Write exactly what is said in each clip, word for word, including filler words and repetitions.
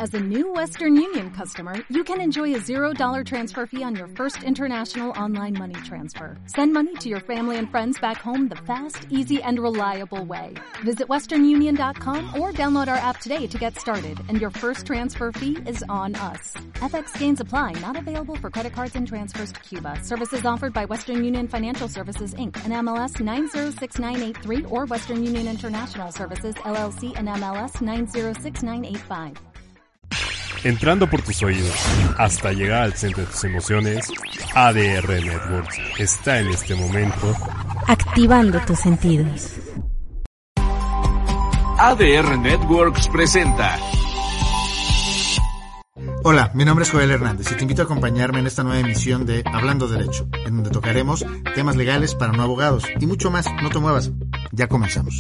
As a new Western Union customer, you can enjoy a zero dollar transfer fee on your first international online money transfer. Send money to your family and friends back home the fast, easy, and reliable way. Visit western union dot com or download our app today to get started, and your first transfer fee is on us. F X gains apply, not available for credit cards and transfers to Cuba. Services offered by Western Union Financial Services, Incorporated, and M L S nine zero six nine eight three or Western Union International Services, L L C, and M L S nine zero six nine eight five. Entrando por tus oídos hasta llegar al centro de tus emociones, A D R Networks está en este momento activando tus sentidos. A D R Networks presenta. Hola, mi nombre es Joel Hernández y te invito a acompañarme en esta nueva emisión de Hablando Derecho, en donde tocaremos temas legales para no abogados y mucho más. No te muevas, ya comenzamos.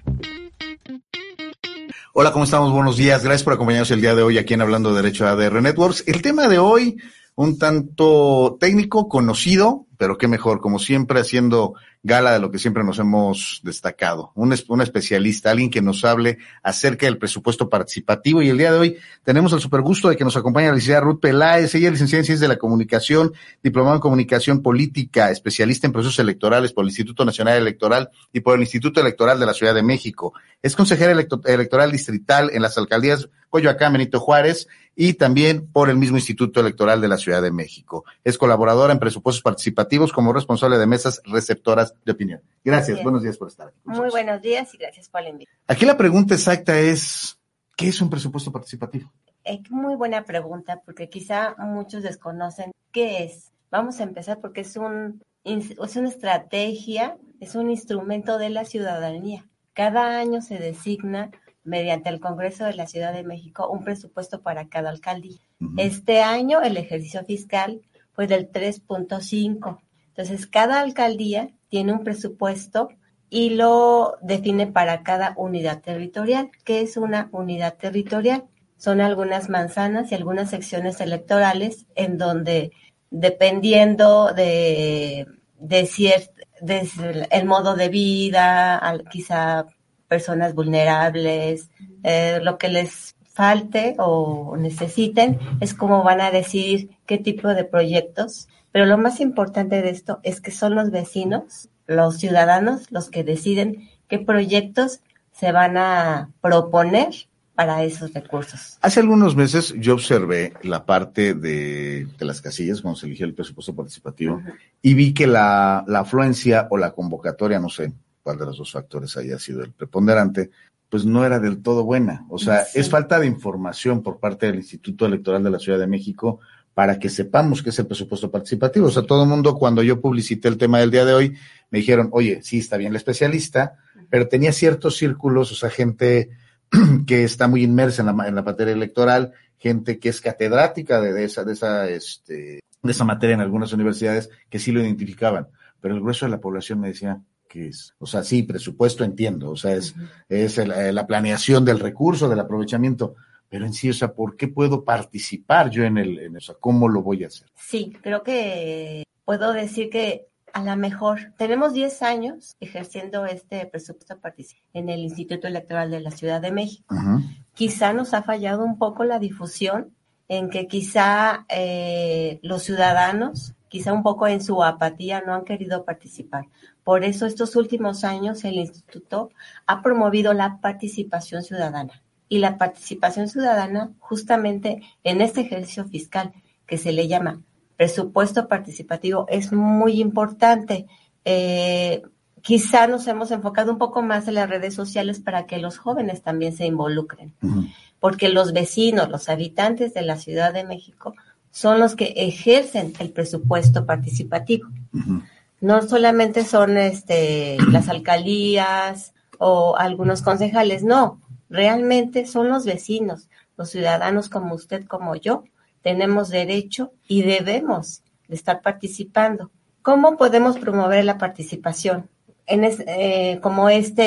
Hola, ¿cómo estamos? Buenos días, gracias por acompañarnos el día de hoy aquí en Hablando Derecho A D R Networks. El tema de hoy, un tanto técnico, conocido, pero qué mejor, como siempre, haciendo gala de lo que siempre nos hemos destacado. Un, un especialista, alguien que nos hable acerca del presupuesto participativo. Y el día de hoy tenemos el super gusto de que nos acompañe la licenciada Ruth Peláez. Ella es licenciada en Ciencias de la Comunicación, diplomada en Comunicación Política, especialista en procesos electorales por el Instituto Nacional Electoral y por el Instituto Electoral de la Ciudad de México. Es consejera electo- electoral distrital en las alcaldías Coyoacán, Benito Juárez, y también por el mismo Instituto Electoral de la Ciudad de México. Es colaboradora en presupuestos participativos como responsable de mesas receptoras de opinión. Gracias, Bien. Buenos días por estar aquí. Muy buenos días y gracias por la invitación. Aquí la pregunta exacta es, ¿qué es un presupuesto participativo? Eh, muy buena pregunta, porque quizá muchos desconocen qué es. Vamos a empezar porque es, un, es una estrategia, es un instrumento de la ciudadanía. Cada año se designa mediante el Congreso de la Ciudad de México un presupuesto para cada alcaldía. Uh-huh. Este año el ejercicio fiscal fue del tres punto cinco. Entonces, cada alcaldía tiene un presupuesto y lo define para cada unidad territorial. ¿Qué es una unidad territorial? Son algunas manzanas y algunas secciones electorales en donde, dependiendo de, de cierto, de el modo de vida, quizá personas vulnerables, eh, lo que les falte o necesiten, es cómo van a decidir qué tipo de proyectos. Pero lo más importante de esto es que son los vecinos, los ciudadanos, los que deciden qué proyectos se van a proponer para esos recursos. Hace algunos meses yo observé la parte de, de las casillas cuando se eligió el presupuesto participativo, uh-huh. y vi que la, la afluencia o la convocatoria, no sé cuál de los dos factores haya sido el preponderante, pues no era del todo buena. O sea, sí. Es falta de información por parte del Instituto Electoral de la Ciudad de México para que sepamos qué es el presupuesto participativo. O sea, todo el mundo, cuando yo publicité el tema del día de hoy, me dijeron, oye, sí, está bien la especialista, pero tenía ciertos círculos, o sea, gente que está muy inmersa en la, en la materia electoral, gente que es catedrática de, de esa, de esa, este, de esa materia en algunas universidades que sí lo identificaban, pero el grueso de la población me decía, ¿qué es? O sea, sí, presupuesto entiendo, o sea, es, uh-huh. es el, la planeación del recurso, del aprovechamiento, pero en sí, o sea, ¿por qué puedo participar yo en el, en, o sea, cómo lo voy a hacer? Sí, creo que puedo decir que a lo mejor tenemos diez años ejerciendo este presupuesto participativo en el Instituto Electoral de la Ciudad de México. Uh-huh. Quizá nos ha fallado un poco la difusión, en que quizá eh, los ciudadanos, quizá un poco en su apatía, no han querido participar. Por eso estos últimos años el Instituto ha promovido la participación ciudadana. Y la participación ciudadana justamente en este ejercicio fiscal que se le llama presupuesto participativo es muy importante. Eh, quizá nos hemos enfocado un poco más en las redes sociales para que los jóvenes también se involucren. Uh-huh. Porque los vecinos, los habitantes de la Ciudad de México son los que ejercen el presupuesto participativo. Uh-huh. No solamente son este, las alcaldías o algunos concejales, no. Realmente son los vecinos, los ciudadanos como usted, como yo, tenemos derecho y debemos de estar participando. ¿Cómo podemos promover la participación? En es, eh, como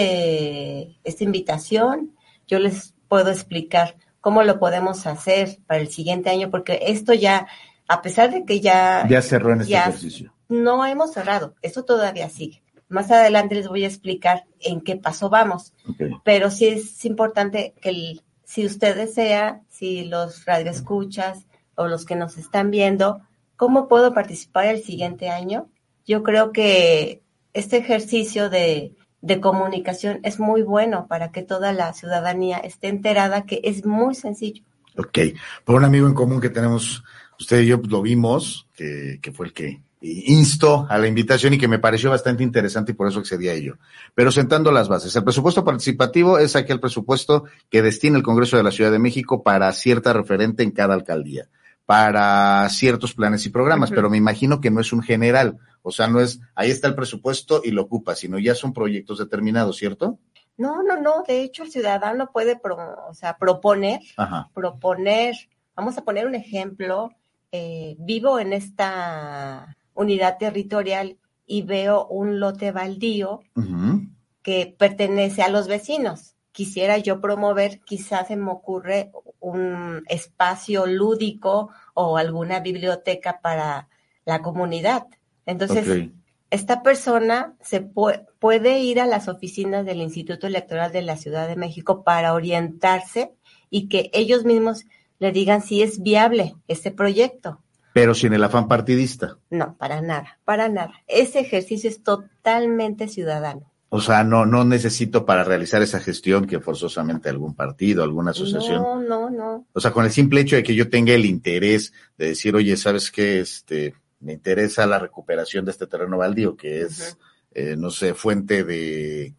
este, esta invitación, yo les puedo explicar cómo lo podemos hacer para el siguiente año, porque esto ya, a pesar de que ya... Ya cerró en este ejercicio. No hemos cerrado, esto todavía sigue. Más adelante les voy a explicar en qué paso vamos, okay. Pero sí es importante que el, si usted desea, si los radioescuchas o los que nos están viendo, ¿cómo puedo participar el siguiente año? Yo creo que este ejercicio de, de comunicación es muy bueno para que toda la ciudadanía esté enterada, que es muy sencillo. Ok, por un amigo en común que tenemos, usted y yo pues, lo vimos, que, que fue el que instó a la invitación y que me pareció bastante interesante y por eso accedí a ello. Pero sentando las bases, el presupuesto participativo es aquel presupuesto que destina el Congreso de la Ciudad de México para cierta referente en cada alcaldía, para ciertos planes y programas, uh-huh. Pero me imagino que no es un general, o sea, no es, ahí está el presupuesto y lo ocupa, sino ya son proyectos determinados, ¿cierto? No, no, no, de hecho el ciudadano puede, pro, o sea, proponer, Ajá. proponer, vamos a poner un ejemplo, eh, vivo en esta unidad territorial y veo un lote baldío uh-huh. que pertenece a los vecinos. Quisiera yo promover, quizás se me ocurre un espacio lúdico o alguna biblioteca para la comunidad. Entonces, okay. Esta persona se pu- puede ir a las oficinas del Instituto Electoral de la Ciudad de México para orientarse y que ellos mismos le digan si es viable este proyecto. Pero sin el afán partidista. No, para nada, para nada. Ese ejercicio es totalmente ciudadano. O sea, no no necesito para realizar esa gestión que forzosamente algún partido, alguna asociación. No, no, no. O sea, con el simple hecho de que yo tenga el interés de decir, oye, ¿sabes qué? Este, me interesa la recuperación de este terreno baldío, que es, uh-huh. eh, no sé, fuente de,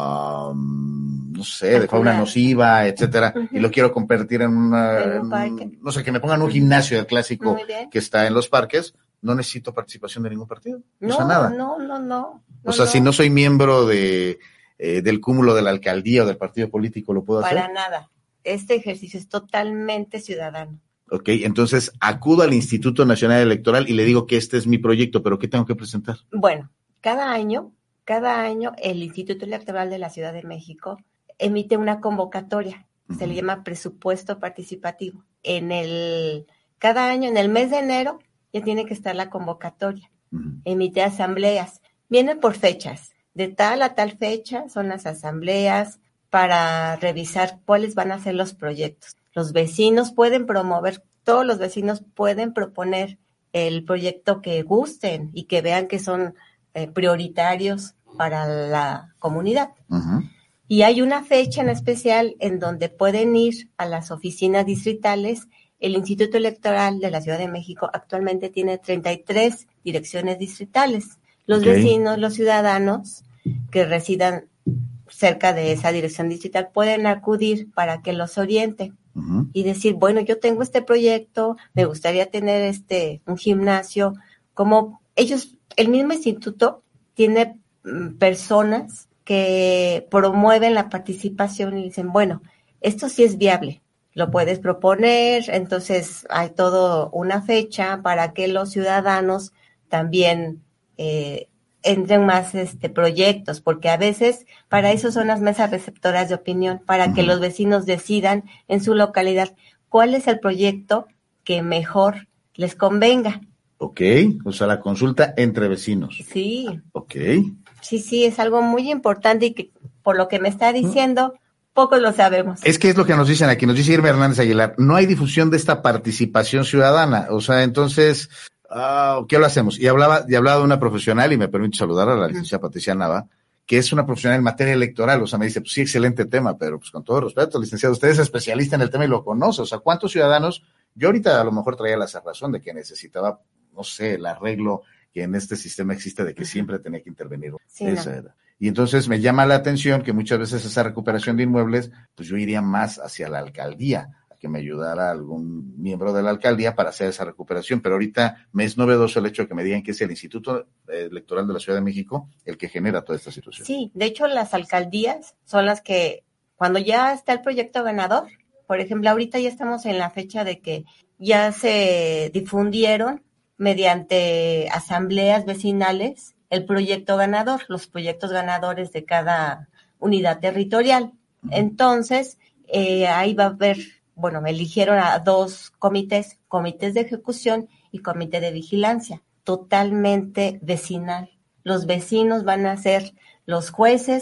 um, no sé, de fauna nociva, etcétera, uh-huh. Y lo quiero convertir en una, en un parque. En, no sé, que me pongan un gimnasio del clásico que está en los parques. No necesito participación de ningún partido. No, o sea, nada. no, no, no. O sea, no. si no soy miembro de eh, del cúmulo de la alcaldía o del partido político, ¿lo puedo Para hacer? Para nada. Este ejercicio es totalmente ciudadano. Ok, entonces acudo al Instituto Nacional Electoral y le digo que este es mi proyecto, pero ¿qué tengo que presentar? Bueno, cada año, cada año el Instituto Electoral de la Ciudad de México emite una convocatoria. Uh-huh. Se le llama presupuesto participativo. En el, cada año, en el mes de enero, ya tiene que estar la convocatoria. Uh-huh. Emite asambleas. Vienen por fechas. De tal a tal fecha son las asambleas para revisar cuáles van a ser los proyectos. Los vecinos pueden promover, todos los vecinos pueden proponer el proyecto que gusten y que vean que son eh, prioritarios para la comunidad. Uh-huh. Y hay una fecha en especial en donde pueden ir a las oficinas distritales. El Instituto Electoral de la Ciudad de México actualmente tiene treinta y tres direcciones distritales. Los okay. vecinos, los ciudadanos que residan cerca de esa dirección distrital pueden acudir para que los oriente uh-huh. y decir, bueno, yo tengo este proyecto, me gustaría tener este un gimnasio. Como ellos, el mismo instituto tiene mm, personas que promueven la participación y dicen, bueno, esto sí es viable. Lo puedes proponer, entonces hay todo una fecha para que los ciudadanos también eh, entren más este proyectos, porque a veces para eso son las mesas receptoras de opinión, para uh-huh. que los vecinos decidan en su localidad cuál es el proyecto que mejor les convenga. Ok, o sea, la consulta entre vecinos. Sí. Ok. Sí, sí, es algo muy importante y que por lo que me está diciendo... Uh-huh. Pocos lo sabemos. Es que es lo que nos dicen aquí, nos dice Irma Hernández Aguilar, no hay difusión de esta participación ciudadana, o sea, entonces, uh, ¿qué lo hacemos? Y hablaba, y hablaba de una profesional, y me permite saludar a la licenciada Patricia Nava, que es una profesional en materia electoral, o sea, me dice, pues sí, excelente tema, pero pues con todo respeto, licenciado, usted es especialista en el tema y lo conoce, o sea, ¿cuántos ciudadanos? Yo ahorita a lo mejor traía la razón de que necesitaba, no sé, el arreglo que en este sistema existe de que siempre tenía que intervenir. Sí, esa no. era. Y entonces me llama la atención que muchas veces esa recuperación de inmuebles, pues yo iría más hacia la alcaldía, a que me ayudara algún miembro de la alcaldía para hacer esa recuperación. Pero ahorita me es novedoso el hecho de que me digan que es el Instituto Electoral de la Ciudad de México el que genera toda esta situación. Sí, de hecho las alcaldías son las que, cuando ya está el proyecto ganador, por ejemplo, ahorita ya estamos en la fecha de que ya se difundieron mediante asambleas vecinales el proyecto ganador, los proyectos ganadores de cada unidad territorial. Uh-huh. Entonces, eh, ahí va a haber, bueno, me eligieron a dos comités, comités de ejecución y comité de vigilancia, totalmente vecinal. Los vecinos van a ser los jueces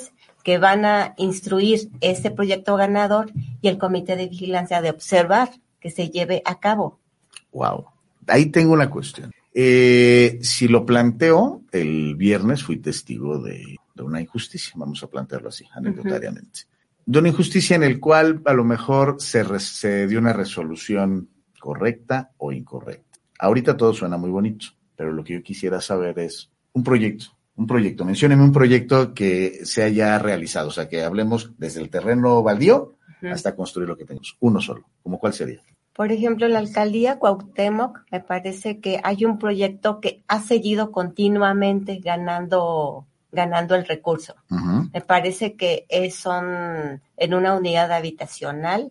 que van a instruir ese proyecto ganador y el comité de vigilancia de observar que se lleve a cabo. Wow. Ahí tengo una cuestión. Eh, si lo planteo, el viernes fui testigo de, de una injusticia, vamos a plantearlo así, anecdotariamente. Uh-huh. De una injusticia en el cual a lo mejor se, re, se dio una resolución correcta o incorrecta. Ahorita todo suena muy bonito, pero lo que yo quisiera saber es un proyecto, un proyecto, mencióneme un proyecto que se haya realizado, o sea, que hablemos desde el terreno baldío uh-huh. hasta construir lo que tenemos, uno solo, ¿cómo cuál sería? Por ejemplo, en la alcaldía Cuauhtémoc, me parece que hay un proyecto que ha seguido continuamente ganando, ganando el recurso. Uh-huh. Me parece que es, son en una unidad habitacional,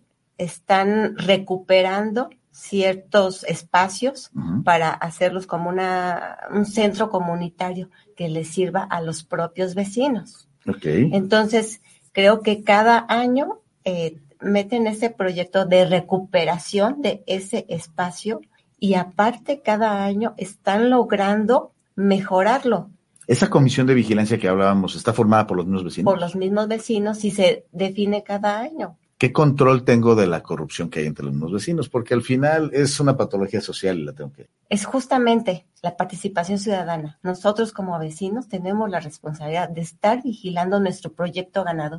están recuperando ciertos espacios uh-huh. para hacerlos como una, un centro comunitario que les sirva a los propios vecinos. Okay. Entonces, creo que cada año eh, meten ese proyecto de recuperación de ese espacio y aparte cada año están logrando mejorarlo. Esa comisión de vigilancia que hablábamos está formada por los mismos vecinos. Por los mismos vecinos y se define cada año. ¿Qué control tengo de la corrupción que hay entre los mismos vecinos? Porque al final es una patología social y la tengo que... Es justamente la participación ciudadana. Nosotros como vecinos tenemos la responsabilidad de estar vigilando nuestro proyecto ganador.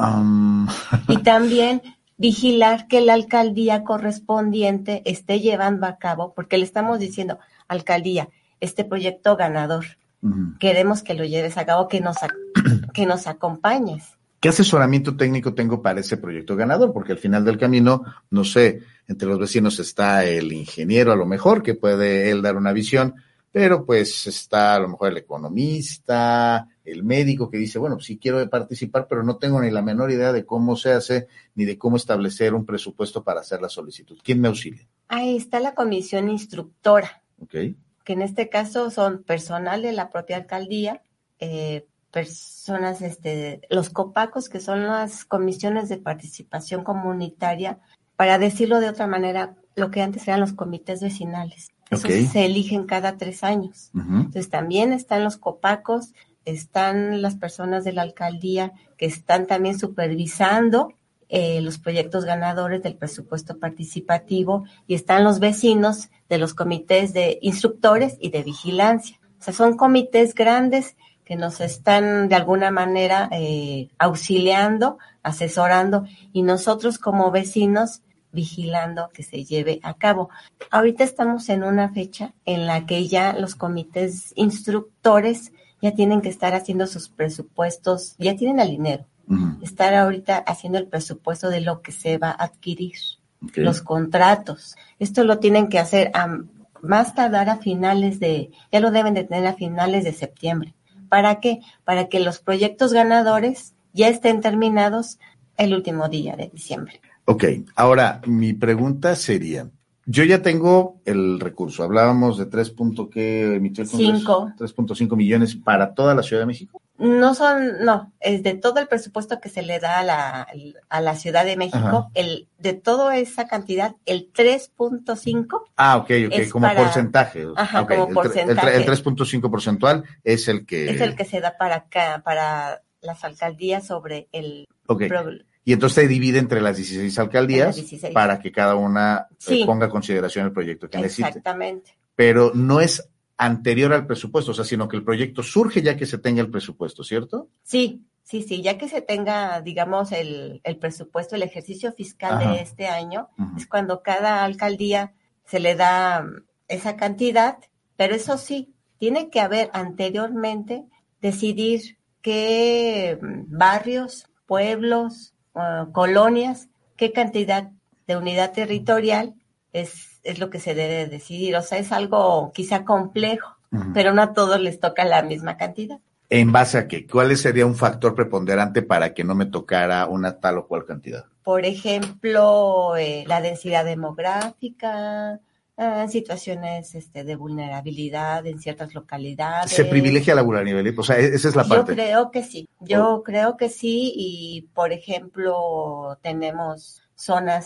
Um... y también vigilar que la alcaldía correspondiente esté llevando a cabo, porque le estamos diciendo, alcaldía, este proyecto ganador, uh-huh. queremos que lo lleves a cabo, que nos, que nos acompañes. ¿Qué asesoramiento técnico tengo para ese proyecto ganador? Porque al final del camino, no sé, entre los vecinos está el ingeniero a lo mejor, que puede él dar una visión, pero pues está a lo mejor el economista, el médico que dice, bueno, sí quiero participar, pero no tengo ni la menor idea de cómo se hace, ni de cómo establecer un presupuesto para hacer la solicitud. ¿Quién me auxilia? Ahí está la comisión instructora, okay. que en este caso son personal de la propia alcaldía, eh, personas, este, los copacos, que son las comisiones de participación comunitaria, para decirlo de otra manera, lo que antes eran los comités vecinales. Esos okay. se eligen cada tres años. Uh-huh. Entonces también están los copacos, están las personas de la alcaldía que están también supervisando eh, los proyectos ganadores del presupuesto participativo y están los vecinos de los comités de instructores y de vigilancia. O sea, son comités grandes que nos están de alguna manera eh, auxiliando, asesorando y nosotros como vecinos vigilando que se lleve a cabo. Ahorita estamos en una fecha en la que ya los comités instructores ya tienen que estar haciendo sus presupuestos, ya tienen el dinero, uh-huh. estar ahorita haciendo el presupuesto de lo que se va a adquirir, okay. los contratos. Esto lo tienen que hacer a más tardar a finales de, ya lo deben de tener a finales de septiembre. ¿Para qué? Para que los proyectos ganadores ya estén terminados el último día de diciembre. Ok, ahora mi pregunta sería, yo ya tengo el recurso, hablábamos de tres punto que emitió el Congreso, tres punto cinco millones para toda la Ciudad de México. No son, no, es de todo el presupuesto que se le da a la, a la Ciudad de México, ajá. el de toda esa cantidad, el tres punto cinco. Ah, ok, ok, como para, porcentaje. Ajá, okay. como el, porcentaje. El, el tres punto cinco porcentual es el que... Es el que se da para acá, para las alcaldías sobre el... Ok, pro, y entonces se divide entre las dieciséis alcaldías las dieciséis. Para que cada una sí. eh, ponga en consideración el proyecto que necesite. Exactamente. Pero no es anterior al presupuesto, o sea, sino que el proyecto surge ya que se tenga el presupuesto, ¿cierto? Sí, sí, sí, ya que se tenga, digamos, el, el presupuesto, el ejercicio fiscal Ajá. de este año, uh-huh. es cuando cada alcaldía se le da esa cantidad, pero eso sí, tiene que haber anteriormente decidir qué barrios, pueblos, uh, colonias, qué cantidad de unidad territorial es, es lo que se debe decidir. O sea, es algo quizá complejo, uh-huh. pero no a todos les toca la misma cantidad. ¿En base a qué? ¿Cuál sería un factor preponderante para que no me tocara una tal o cual cantidad? Por ejemplo, eh, la densidad demográfica, eh, situaciones este, de vulnerabilidad en ciertas localidades. ¿Se privilegia la vulnerabilidad? O sea, esa es la parte. Yo creo que sí, yo oh. creo que sí, y por ejemplo, tenemos zonas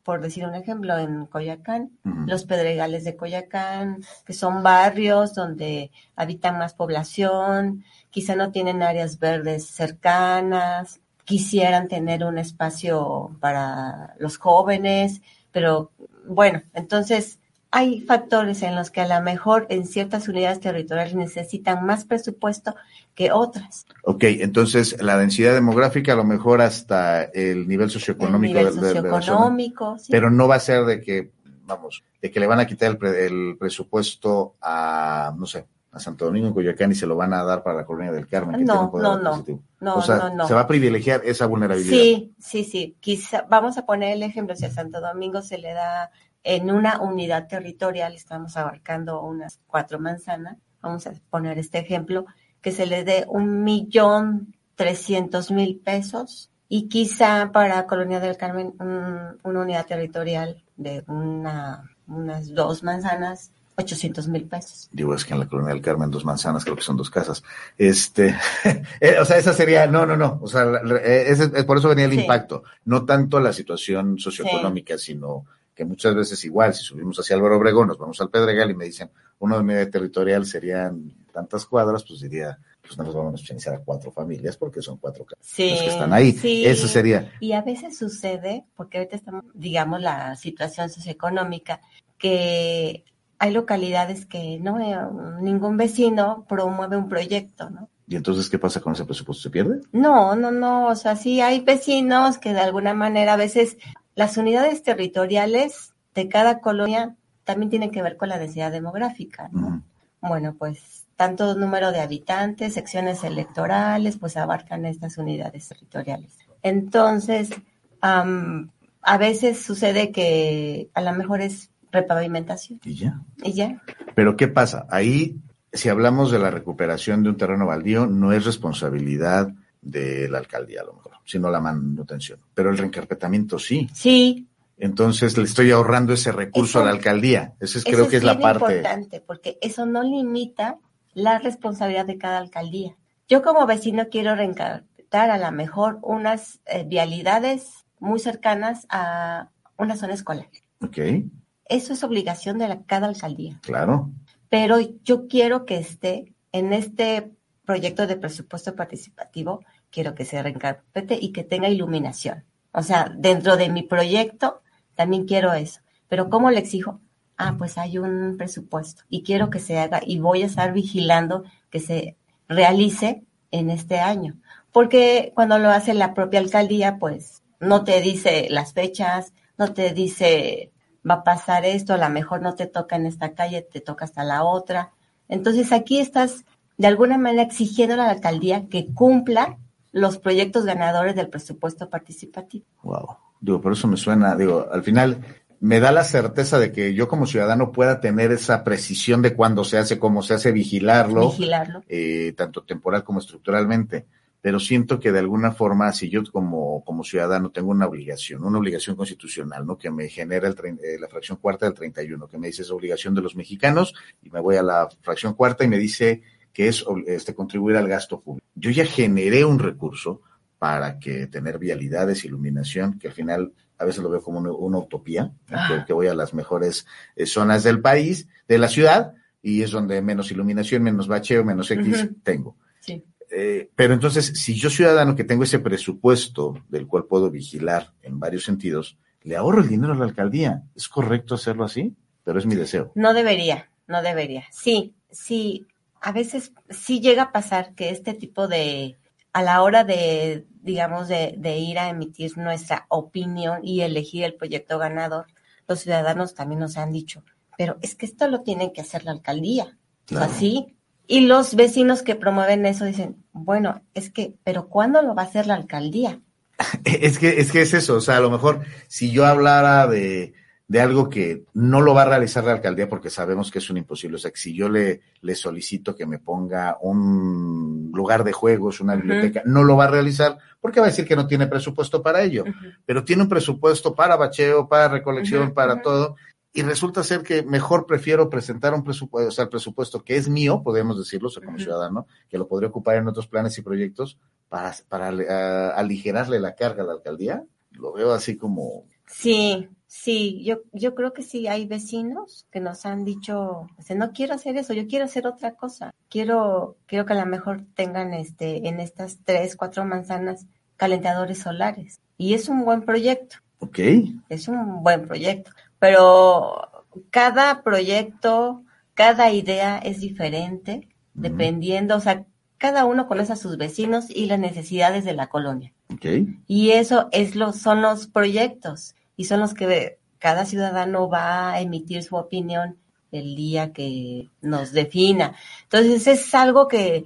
por decir un ejemplo, en Coyoacán, Ujú. los Pedregales de Coyoacán, que son barrios donde habitan más población, quizá no tienen áreas verdes cercanas, quisieran tener un espacio para los jóvenes, pero bueno, entonces hay factores en los que a lo mejor en ciertas unidades territoriales necesitan más presupuesto que otras. Ok, entonces la densidad demográfica a lo mejor hasta el nivel socioeconómico. El nivel de- de- de la zona, socioeconómico, sí. pero no va a ser de que, vamos, de que le van a quitar el, pre- el presupuesto a, no sé, a Santo Domingo, Coyoacán y se lo van a dar para la Colonia del Carmen, que No, tiene un poder no, no. adquisitivo. No, o sea, no, no. se va a privilegiar esa vulnerabilidad. Sí, sí, sí. Quizá, vamos a poner el ejemplo, si a Santo Domingo se le da en una unidad territorial, estamos abarcando unas cuatro manzanas, vamos a poner este ejemplo, que se le dé un millón trescientos mil pesos y quizá para Colonia del Carmen un, una unidad territorial de una, unas dos manzanas, ochocientos mil pesos. Digo, es que en la Colonia del Carmen dos manzanas, creo que son dos casas. Este, eh, o sea, esa sería, no, no, no, o sea, la- la- eh, ese- eh, por eso venía el Sí. impacto, no tanto la situación socioeconómica, sino que muchas veces igual, si subimos hacia Álvaro Obregón, nos vamos al Pedregal y me dicen, una unidad territorial serían tantas cuadras, pues diría, pues no nos vamos a especializar a cuatro familias porque son cuatro casas Sí, los que están ahí. sí. Eso sería. Y a veces sucede, porque ahorita estamos, digamos, la situación socioeconómica, que hay localidades que no eh, ningún vecino promueve un proyecto, ¿no? ¿Y entonces qué pasa con ese presupuesto? ¿Se pierde? No, no, no, o sea, sí hay vecinos que de alguna manera a veces las unidades territoriales de cada colonia también tienen que ver con la densidad demográfica, ¿no? Ujú. Bueno, pues tanto número de habitantes, secciones electorales, pues abarcan estas unidades territoriales. Entonces, am, a veces sucede que a lo mejor es repavimentación Y ya. y ya. Pero ¿qué pasa? Ahí, si hablamos de la recuperación de un terreno baldío, no es responsabilidad de la alcaldía a lo mejor, sino la manutención. Pero el reencarpetamiento sí. Sí, Entonces le estoy ahorrando ese recurso Eso- a la alcaldía. Esa es, eso creo que es la bien parte. importante, porque eso no limita la responsabilidad de cada alcaldía. Yo como vecino quiero reencarpetar a lo mejor unas eh, vialidades muy cercanas a una zona escolar. Ok, Eso es obligación de la, cada alcaldía. claro. Pero yo quiero que esté en este proyecto de presupuesto participativo, quiero que se reencarpete y que tenga iluminación. O sea, dentro de mi proyecto también quiero eso. Pero ¿cómo le exijo? Ah, pues hay un presupuesto y quiero que se haga y voy a estar vigilando que se realice en este año. Porque cuando lo hace la propia alcaldía, pues no te dice las fechas, no te dice va a pasar esto, a lo mejor no te toca en esta calle, te toca hasta la otra. Entonces aquí estás de alguna manera exigiendo a la alcaldía que cumpla los proyectos ganadores del presupuesto participativo. Wow. Digo, por eso me suena, digo, al final me da la certeza de que yo como ciudadano pueda tener esa precisión de cuándo se hace, cómo se hace, vigilarlo, Vigilarlo. eh, tanto temporal como estructuralmente. Pero siento que de alguna forma, si yo como, como ciudadano tengo una obligación, una obligación constitucional, ¿no? Que me genera el, tre- eh, la fracción cuarta del treinta y uno, que me dice es obligación de los mexicanos, y me voy a la fracción cuarta y me dice que es este, contribuir al gasto público. Yo ya generé un recurso para que tener vialidades, iluminación, que al final a veces lo veo como una, una utopía, ¿no? que, que voy a las mejores eh, zonas del país, de la ciudad, y es donde menos iluminación, menos bacheo, menos X Uh-huh. tengo. Sí. Eh, pero entonces, si yo ciudadano que tengo ese presupuesto del cual puedo vigilar en varios sentidos, le ahorro el dinero a la alcaldía. ¿Es correcto hacerlo así? Pero es mi deseo. No debería, no debería. Sí, sí, a veces sí llega a pasar que este tipo de, a la hora de, digamos, de, de ir a emitir nuestra opinión y elegir el proyecto ganador, los ciudadanos también nos han dicho, pero es que esto lo tiene que hacer la alcaldía. Claro. O sea, sí. Y los vecinos que promueven eso dicen, bueno, es que, pero ¿cuándo lo va a hacer la alcaldía? Es que, es que es eso, o sea, a lo mejor si yo hablara de, de algo que no lo va a realizar la alcaldía porque sabemos que es un imposible, o sea, que si yo le, le solicito que me ponga un lugar de juegos, una biblioteca, uh-huh. no lo va a realizar porque va a decir que no tiene presupuesto para ello, uh-huh. pero tiene un presupuesto para bacheo, para recolección, uh-huh. para uh-huh. todo. Y resulta ser que mejor prefiero presentar un presupuesto, o sea, el presupuesto que es mío, podemos decirlo, o sea, como uh-huh. ciudadano, que lo podría ocupar en otros planes y proyectos para, para uh, aligerarle la carga a la alcaldía. Lo veo así como Sí, sí, yo, yo creo que sí hay vecinos que nos han dicho, o sea, no quiero hacer eso, yo quiero hacer otra cosa. Quiero, quiero que a lo mejor tengan este, en estas tres, cuatro manzanas calentadores solares. Y es un buen proyecto. Ok. Es un buen proyecto. Pero cada proyecto, cada idea es diferente, uh-huh. dependiendo, o sea, cada uno conoce a sus vecinos y las necesidades de la colonia. Okay. Y eso es lo, son los proyectos y son los que cada ciudadano va a emitir su opinión el día que nos defina. Entonces es algo que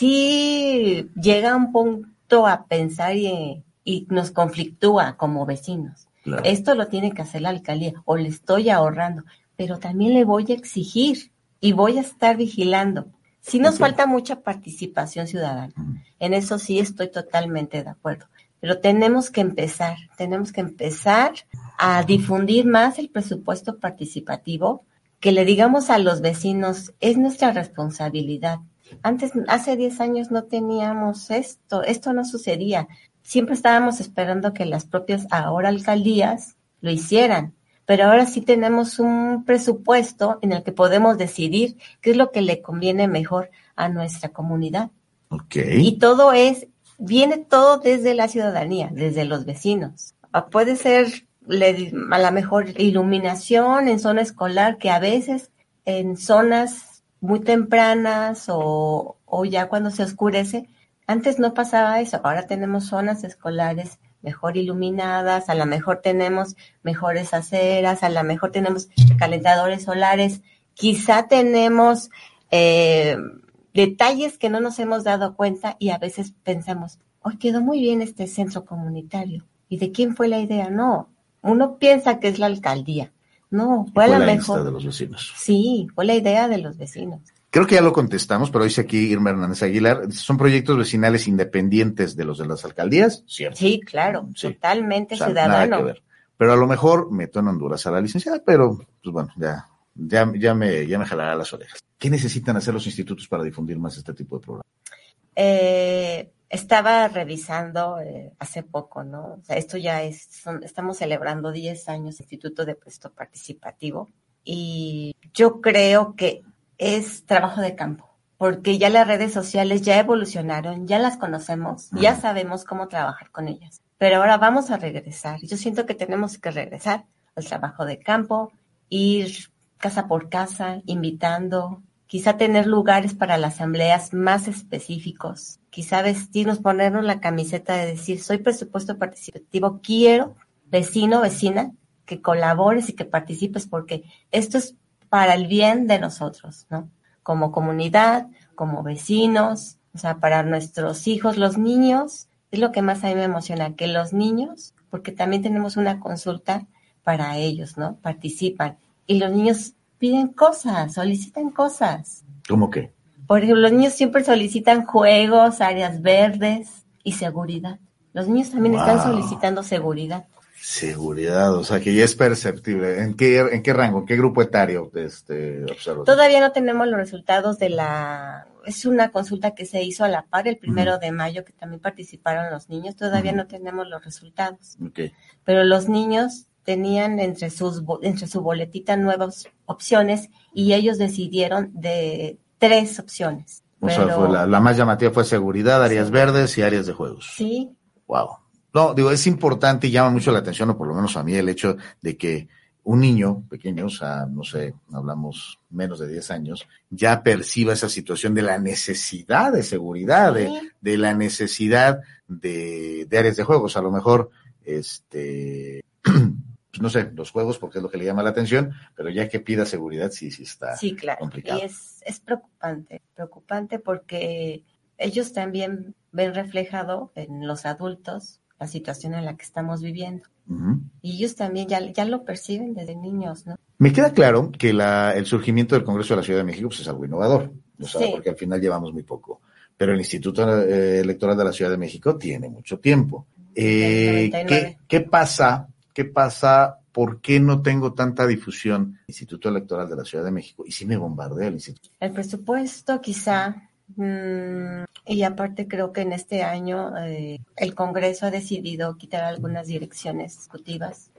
sí llega a un punto a pensar y, y nos conflictúa como vecinos. Claro. Esto lo tiene que hacer la alcaldía o le estoy ahorrando, pero también le voy a exigir y voy a estar vigilando. Sí nos okay. falta mucha participación ciudadana. Uh-huh. En eso sí estoy totalmente de acuerdo. Pero tenemos que empezar, tenemos que empezar a difundir más el presupuesto participativo, que le digamos a los vecinos, es nuestra responsabilidad. Antes, hace diez años no teníamos esto, esto no sucedía. Siempre estábamos esperando que las propias ahora alcaldías lo hicieran. Pero ahora sí tenemos un presupuesto en el que podemos decidir qué es lo que le conviene mejor a nuestra comunidad. Okay. Y todo es, viene todo desde la ciudadanía, desde los vecinos. Puede ser a la mejor iluminación en zona escolar, que a veces en zonas muy tempranas o, o ya cuando se oscurece, antes no pasaba eso. Ahora tenemos zonas escolares mejor iluminadas, a lo mejor tenemos mejores aceras, a lo mejor tenemos calentadores solares, quizá tenemos eh, detalles que no nos hemos dado cuenta y a veces pensamos, hoy oh, quedó muy bien este centro comunitario. ¿Y de quién fue la idea? No, uno piensa que es la alcaldía. No, fue, fue a lo la mejor. de los vecinos. Sí, fue la idea de los vecinos. Creo que ya lo contestamos, pero dice aquí Irma Hernández Aguilar, ¿son proyectos vecinales independientes de los de las alcaldías? Cierto. Sí, claro, sí. Totalmente o sea, ciudadano. Nada que ver. Pero a lo mejor meto en Honduras a la licenciada, pero pues bueno, ya, ya, ya me, ya me jalará las orejas. ¿Qué necesitan hacer los institutos para difundir más este tipo de programas? Eh, estaba revisando eh, hace poco, ¿no? O sea, esto ya es, son, estamos celebrando diez años Instituto de Presupuesto Participativo y yo creo que es trabajo de campo, porque ya las redes sociales ya evolucionaron, ya las conocemos, uh-huh. ya sabemos cómo trabajar con ellas. Pero ahora vamos a regresar. Yo siento que tenemos que regresar al trabajo de campo, ir casa por casa, invitando, quizá tener lugares para las asambleas más específicos, quizá vestirnos, ponernos la camiseta de decir, soy presupuesto participativo, quiero, vecino, vecina, que colabores y que participes, porque esto es para el bien de nosotros, ¿no? Como comunidad, como vecinos, o sea, para nuestros hijos, los niños, es lo que más a mí me emociona, que los niños, porque también tenemos una consulta para ellos, ¿no? Participan. Y los niños piden cosas, solicitan cosas. ¿Cómo qué? Por ejemplo, los niños siempre solicitan juegos, áreas verdes y seguridad. Los niños también wow. están solicitando seguridad. Seguridad, o sea que ya es perceptible. ¿En qué, en qué rango, en qué grupo etario este, observas? Todavía no tenemos los resultados de la... Es una consulta que se hizo a la par el primero uh-huh. de mayo, que también participaron los niños. Todavía uh-huh. no tenemos los resultados. Okay. Pero los niños tenían entre sus entre su boletita nuevas opciones y ellos decidieron de tres opciones. O Pero... sea, fue la, la más llamativa fue seguridad, áreas sí. verdes y áreas de juegos. Sí. Wow. No, digo, es importante y llama mucho la atención, o por lo menos a mí, el hecho de que un niño pequeño, o sea, no sé, hablamos menos de diez años, ya perciba esa situación de la necesidad de seguridad, sí. de, de la necesidad de, de áreas de juegos. A lo mejor, este, pues no sé, los juegos, porque es lo que le llama la atención, pero ya que pida seguridad, sí, sí está sí, claro. complicado. Y es, es preocupante, preocupante porque ellos también ven reflejado en los adultos la situación en la que estamos viviendo. Uh-huh. Y ellos también ya, ya lo perciben desde niños, ¿no? Me queda claro que la, el surgimiento del Congreso de la Ciudad de México pues, es algo innovador, o sea, sí. porque al final llevamos muy poco. Pero el Instituto eh, Electoral de la Ciudad de México tiene mucho tiempo. Eh, ¿qué, ¿Qué pasa? ¿Qué pasa? ¿Por qué no tengo tanta difusión el Instituto Electoral de la Ciudad de México? Y sí me bombardea el Instituto. El presupuesto quizá... Mm, y aparte creo que en este año eh, el Congreso ha decidido quitar algunas direcciones ejecutivas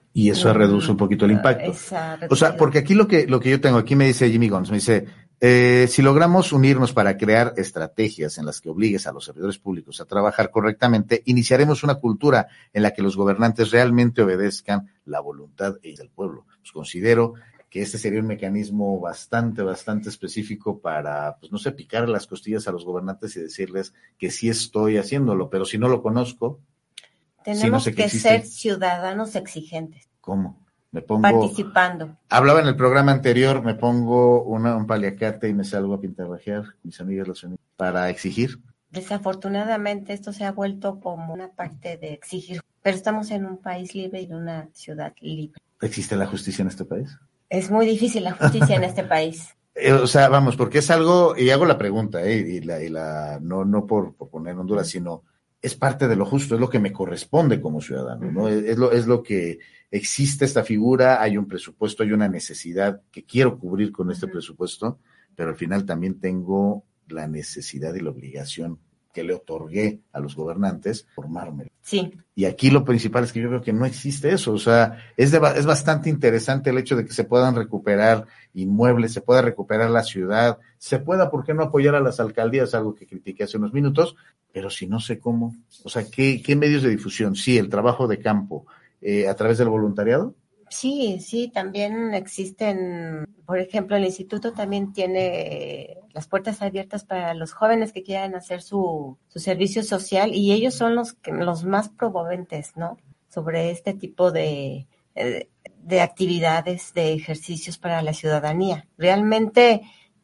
Y eso reduce un poquito el impacto. O sea, porque aquí lo que lo que yo tengo, aquí me dice Jimmy Gons, me dice, eh, si logramos unirnos para crear estrategias en las que obligues a los servidores públicos a trabajar correctamente, iniciaremos una cultura en la que los gobernantes realmente obedezcan la voluntad del pueblo. Pues considero que este sería un mecanismo bastante, bastante específico para, pues no sé, picar las costillas a los gobernantes y decirles que sí estoy haciéndolo, pero si no lo conozco, tenemos si no sé que, que ser ciudadanos exigentes. ¿Cómo? Me pongo... Participando. Hablaba en el programa anterior, me pongo una, un paliacate y me salgo a pintarrajear, mis amigas las amigas, para exigir. Desafortunadamente esto se ha vuelto como una parte de exigir, pero estamos en un país libre y en una ciudad libre. ¿Existe la justicia en este país? Es muy difícil la justicia en este país. Eh, o sea, vamos, porque es algo, y hago la pregunta, eh, y la, y la no, no por, por poner en Honduras, sino es parte de lo justo, es lo que me corresponde como ciudadano, ¿no? Es, es lo, es lo que existe esta figura, hay un presupuesto, hay una necesidad que quiero cubrir con este uh-huh. presupuesto, pero al final también tengo la necesidad y la obligación que le otorgué a los gobernantes formarme. Sí. Y aquí lo principal es que yo veo que no existe eso, o sea, es, de, es bastante interesante el hecho de que se puedan recuperar inmuebles, se pueda recuperar la ciudad, se pueda, ¿por qué no apoyar a las alcaldías? Algo que critiqué hace unos minutos, pero si no sé cómo, o sea, ¿qué, qué medios de difusión? Sí, el trabajo de campo, eh, a través del voluntariado. Sí, sí, también existen, por ejemplo, el instituto también tiene las puertas abiertas para los jóvenes que quieran hacer su, su servicio social y ellos son los que, los más promoventes, ¿no? Sobre este tipo de, de actividades, de ejercicios para la ciudadanía. Realmente,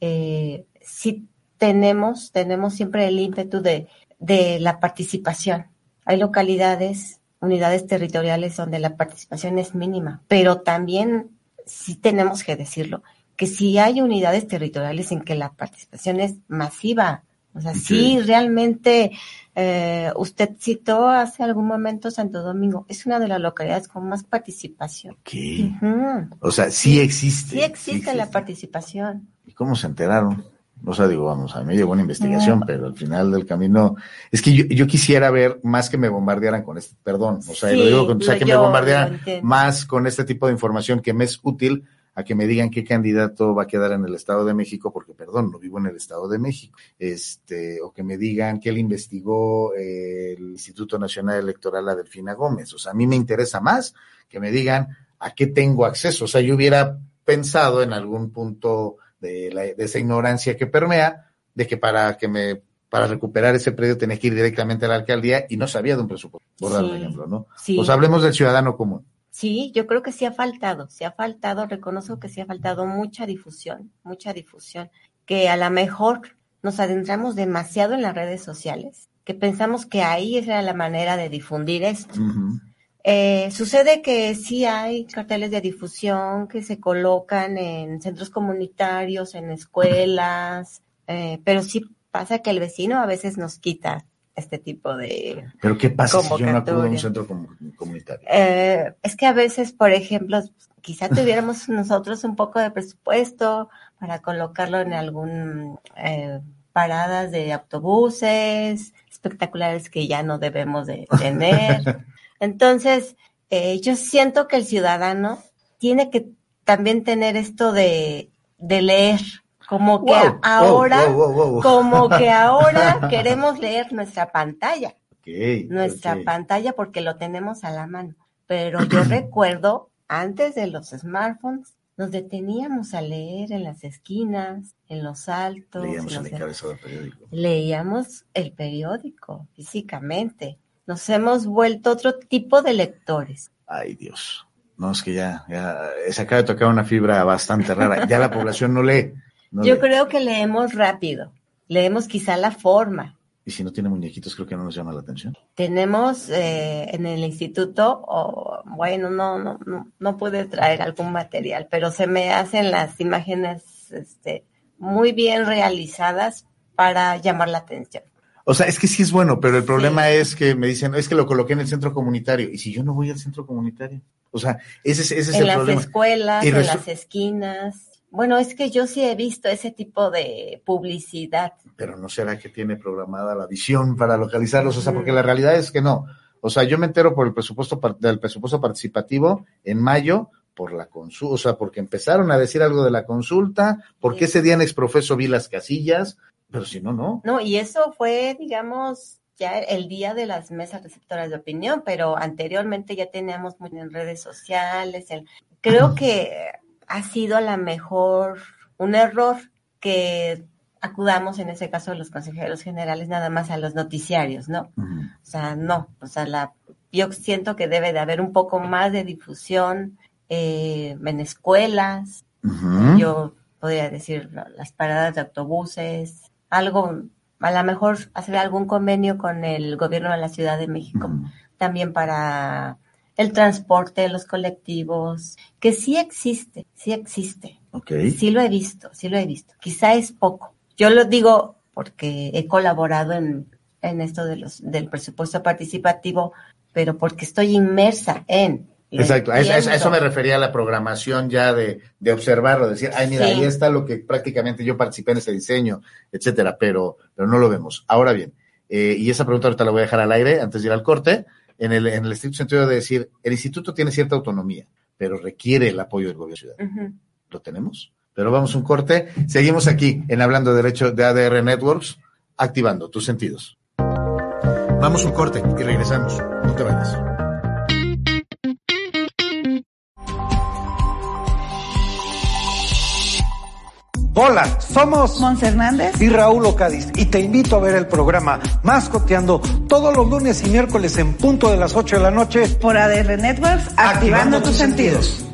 eh, sí tenemos, tenemos siempre el ímpetu de, de la participación. Hay localidades, unidades territoriales donde la participación es mínima, pero también sí tenemos que decirlo, que sí hay unidades territoriales en que la participación es masiva. O sea, okay. sí, realmente, eh, usted citó hace algún momento Santo Domingo, es una de las localidades con más participación. ¿Qué? Uh-huh. O sea, sí existe. Sí existe, sí existe la participación. ¿Y cómo se enteraron? O sea, digo, vamos, a mí me llegó una investigación, no. pero al final del camino, es que yo, yo quisiera ver más que me bombardearan con este, perdón, o sea, sí, lo digo, con, o sea, que yo, me bombardearan más con este tipo de información que me es útil a que me digan qué candidato va a quedar en el Estado de México, porque, perdón, no vivo en el Estado de México, este, o que me digan que él investigó eh, el Instituto Nacional Electoral a Delfina Gómez, o sea, a mí me interesa más que me digan a qué tengo acceso, o sea, yo hubiera pensado en algún punto de, la, de esa ignorancia que permea, de que para que me, para recuperar ese predio tenía que ir directamente a la alcaldía y no sabía de un presupuesto, por sí, dar un ejemplo, ¿no? Sí. Pues hablemos del ciudadano común. Sí, yo creo que sí ha faltado, sí ha faltado, reconozco que sí ha faltado mucha difusión, mucha difusión, que a lo mejor nos adentramos demasiado en las redes sociales, que pensamos que ahí era la manera de difundir esto. Uh-huh. Eh, sucede que sí hay carteles de difusión que se colocan en centros comunitarios, en escuelas, eh, pero sí pasa que el vecino a veces nos quita este tipo de ¿Pero qué pasa si yo no acudo a un centro comunitario? Eh, es que a veces, por ejemplo, quizá tuviéramos nosotros un poco de presupuesto para colocarlo en algún eh, paradas de autobuses espectaculares que ya no debemos de tener. Entonces, eh, yo siento que el ciudadano tiene que también tener esto de, de leer. Como que wow, ahora, wow, wow, wow, wow. como que ahora queremos leer nuestra pantalla, okay, nuestra okay. pantalla porque lo tenemos a la mano. Pero yo recuerdo, antes de los smartphones, nos deteníamos a leer en las esquinas, en los altos. Leíamos en el encabezado del periódico. Leíamos el periódico, físicamente. Nos hemos vuelto otro tipo de lectores. Ay, Dios. No, es que ya, ya se acaba de tocar una fibra bastante rara. Ya la población no lee. No Yo lee. creo que leemos rápido, leemos quizá la forma. Y si no tiene muñequitos, creo que no nos llama la atención. Tenemos eh, en el instituto, oh, bueno, no, no, no, no pude traer algún material, pero se me hacen las imágenes este, muy bien realizadas para llamar la atención. O sea, es que sí es bueno, pero el problema sí. es que me dicen, es que lo coloqué en el centro comunitario. ¿Y si yo no voy al centro comunitario? O sea, ese, ese es en el problema. En las escuelas, resu- en las esquinas. Bueno, es que yo sí he visto ese tipo de publicidad. Pero ¿no será que tiene programada la visión para localizarlos? O sea, porque la realidad es que no. O sea, yo me entero por el presupuesto del presupuesto participativo en mayo por la consulta, o sea, porque empezaron a decir algo de la consulta, porque sí. Ese día en Exprofeso vi las casillas, pero si no, no. No, y eso fue, digamos, ya el día de las mesas receptoras de opinión, pero anteriormente ya teníamos muy en redes sociales. El, creo que ha sido a la mejor un error que acudamos en ese caso de los consejeros generales nada más a los noticiarios, ¿no? Uh-huh. O sea, no, o sea, la, yo siento que debe de haber un poco más de difusión eh, en escuelas, uh-huh. Yo podría decir las paradas de autobuses, algo, a lo mejor hacer algún convenio con el gobierno de la Ciudad de México, uh-huh. También para el transporte de los colectivos, que sí existe, sí existe. Okay. Sí lo he visto, sí lo he visto. Quizá es poco. Yo lo digo porque he colaborado en, en esto de los del presupuesto participativo, pero porque estoy inmersa en... Exacto, a eso, a eso me refería a la programación ya de, de observarlo, decir, ay, mira, sí. Ahí está lo que prácticamente yo participé en ese diseño, etcétera, pero, pero no lo vemos. Ahora bien, eh, y esa pregunta ahorita la voy a dejar al aire antes de ir al corte, en el, en el estricto sentido de decir, el instituto tiene cierta autonomía, pero requiere el apoyo del gobierno ciudadano. Uh-huh. ¿Lo tenemos? Pero vamos a un corte. Seguimos aquí en Hablando de Derecho de A D R Networks, activando tus sentidos. Vamos a un corte y regresamos. No te vayas. Hola, somos Monse Hernández y Raúl Ocadiz y te invito a ver el programa Mascoteando todos los lunes y miércoles en punto de las ocho de la noche por A D R Networks, activando, activando tus, tus sentidos. sentidos.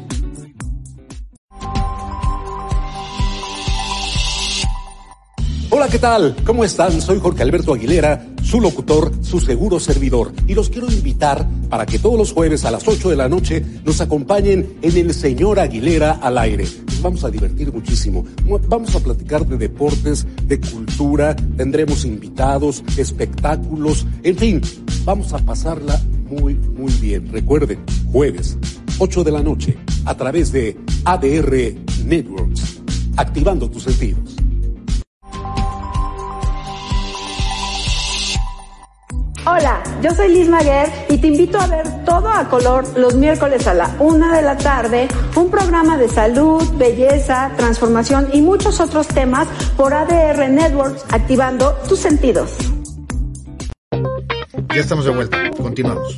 Hola, ¿qué tal? ¿Cómo están? Soy Jorge Alberto Aguilera, su locutor, su seguro servidor, y los quiero invitar para que todos los jueves a las ocho de la noche nos acompañen en El Señor Aguilera al aire. Nos vamos a divertir muchísimo. Vamos a platicar de deportes, de cultura, tendremos invitados, espectáculos, en fin, vamos a pasarla muy, muy bien. Recuerden, jueves, ocho de la noche, a través de A D R Networks, activando tus sentidos. Hola, yo soy Liz Maguer y te invito a ver Todo a Color los miércoles a la una de la tarde, un programa de salud, belleza, transformación y muchos otros temas por A D R Networks, activando tus sentidos. Ya estamos de vuelta, continuamos.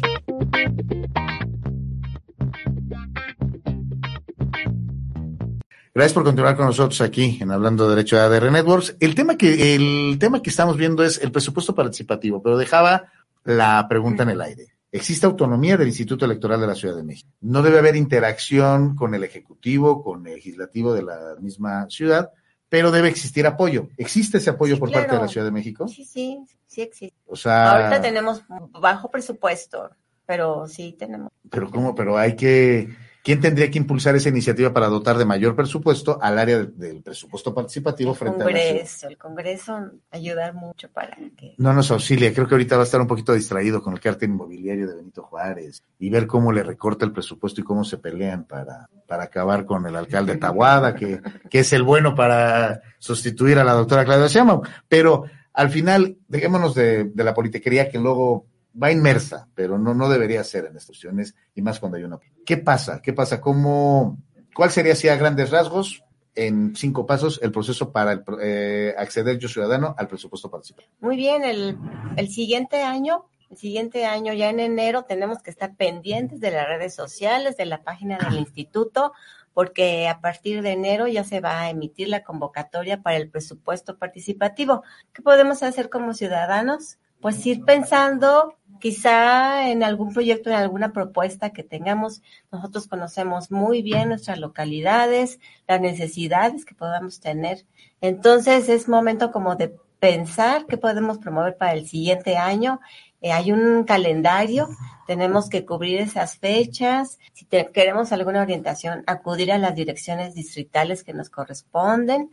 Gracias por continuar con nosotros aquí en Hablando de Derecho de A D R Networks. El tema que el tema que estamos viendo es el presupuesto participativo, pero dejaba la pregunta en el aire. Existe autonomía del Instituto Electoral de la Ciudad de México. No debe haber interacción con el Ejecutivo, con el Legislativo de la misma ciudad, pero debe existir apoyo. ¿Existe ese apoyo sí, por claro. parte de la Ciudad de México? Sí, sí, sí existe. O sea, ahorita tenemos bajo presupuesto, pero sí tenemos. Pero ¿cómo? Pero hay que... ¿Quién tendría que impulsar esa iniciativa para dotar de mayor presupuesto al área de, del presupuesto participativo el frente Congreso, a la ciudad? El Congreso ayudar mucho para que... No nos auxilia, creo que ahorita va a estar un poquito distraído con el cártel inmobiliario de Benito Juárez y ver cómo le recorta el presupuesto y cómo se pelean para, para acabar con el alcalde Taboada, que, que es el bueno para sustituir a la doctora Claudia Sheinbaum. Pero al final, dejémonos de, de la politiquería que luego... va inmersa, pero no, no debería ser en estas cuestiones, y más cuando hay una... ¿Qué pasa? ¿Qué pasa? ¿Cómo, ¿Cuál sería, así a grandes rasgos, en cinco pasos, el proceso para el, eh, acceder yo ciudadano al presupuesto participativo? Muy bien, el, el siguiente año, el siguiente año, ya en enero, tenemos que estar pendientes de las redes sociales, de la página del instituto, porque a partir de enero ya se va a emitir la convocatoria para el presupuesto participativo. ¿Qué podemos hacer como ciudadanos? Pues ir pensando quizá en algún proyecto, en alguna propuesta que tengamos. Nosotros conocemos muy bien nuestras localidades, las necesidades que podamos tener. Entonces es momento como de pensar qué podemos promover para el siguiente año. Eh, hay un calendario, tenemos que cubrir esas fechas. Si te, queremos alguna orientación, acudir a las direcciones distritales que nos corresponden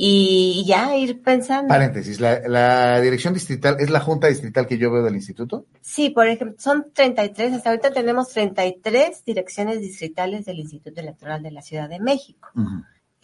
y, y ya ir pensando. Paréntesis, ¿la, la dirección distrital es la junta distrital que yo veo del instituto? Sí, por ejemplo, son treinta y tres, hasta ahorita tenemos treinta y tres direcciones distritales del Instituto Electoral de la Ciudad de México. Uh-huh.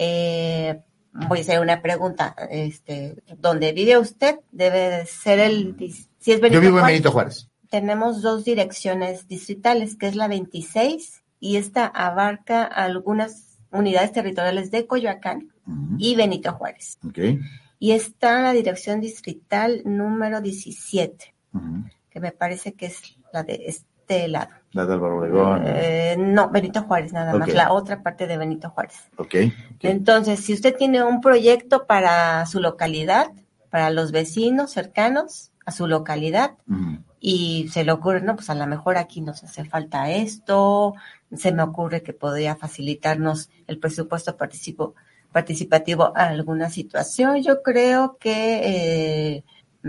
Eh, voy a hacer una pregunta, este, ¿dónde vive usted? Debe ser el... Si es Benito Yo vivo Juárez. en Benito Juárez. tenemos dos direcciones distritales, que es la veintiséis, y esta abarca algunas unidades territoriales de Coyoacán uh-huh. y Benito Juárez. Okay. Y está la dirección distrital número diecisiete, uh-huh. que me parece que es la de este lado. La de Álvaro Obregón. Eh, no, Benito Juárez nada okay. más, la otra parte de Benito Juárez. Okay. Okay. Entonces, si usted tiene un proyecto para su localidad, para los vecinos cercanos a su localidad, uh-huh. y se le ocurre, no, pues a lo mejor aquí nos hace falta esto, se me ocurre que podría facilitarnos el presupuesto participo, participativo a alguna situación, yo creo que eh,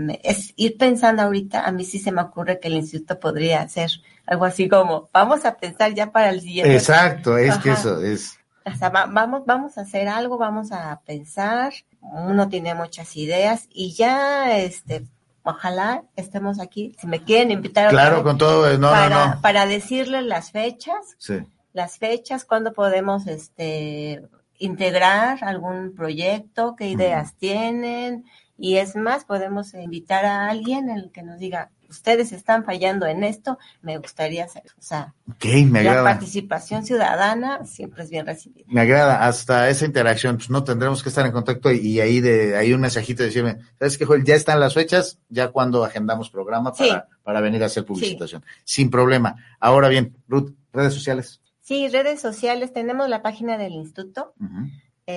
es ir pensando ahorita, a mí sí se me ocurre que el instituto podría hacer algo así como, vamos a pensar ya para el siguiente. Exacto, es Ajá. que eso es... O sea, va, vamos, vamos a hacer algo, vamos a pensar, uno tiene muchas ideas y ya, este, ojalá estemos aquí, si me quieren invitar. Claro, con todo, no, para, no, no. Para decirles las fechas, sí. las fechas, cuándo podemos, este, integrar algún proyecto, qué ideas uh-huh. tienen, y es más, podemos invitar a alguien en el que nos diga, ustedes están fallando en esto, me gustaría hacer, o sea, okay, me la agrada. participación ciudadana siempre es bien recibida. Me agrada, hasta esa interacción, pues no tendremos que estar en contacto y, y ahí de ahí un mensajito de decirme, ¿sabes qué, Joel? Ya están las fechas, ya cuando agendamos programa para, sí. para venir a hacer publicitación, sí. sin problema. Ahora bien, Ruth, redes sociales. Sí, redes sociales, tenemos la página del instituto, uh-huh.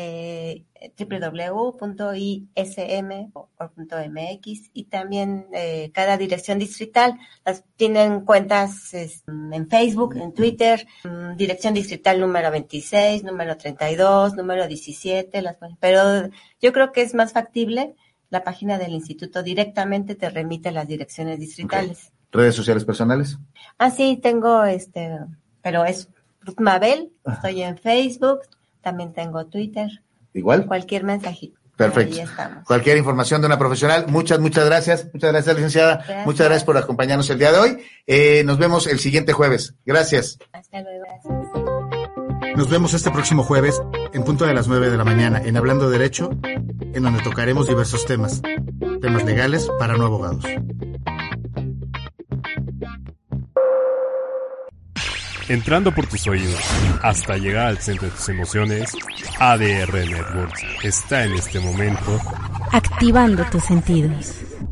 eh, doble u doble u doble u punto i s m punto m x, y también eh, cada dirección distrital las tienen cuentas es, en Facebook, en Twitter, um, dirección distrital número veintiséis, número treinta y dos, número diecisiete, las, pero yo creo que es más factible la página del instituto, directamente te remite a las direcciones distritales. Okay. ¿Redes sociales personales? Ah, sí, tengo este, pero es Ruth Mabel, estoy en Facebook, también tengo Twitter. ¿Igual? Cualquier mensajito. Perfecto. Ahí estamos. Cualquier información de una profesional, muchas, muchas gracias. Muchas gracias, licenciada. Gracias. Muchas gracias por acompañarnos el día de hoy. Eh, nos vemos el siguiente jueves. Gracias. Hasta luego. Gracias. Nos vemos este próximo jueves en punto de las nueve de la mañana en Hablando Derecho, en donde tocaremos diversos temas. Temas legales para no abogados. Entrando por tus oídos hasta llegar al centro de tus emociones, A D R Networks está en este momento activando tus sentidos.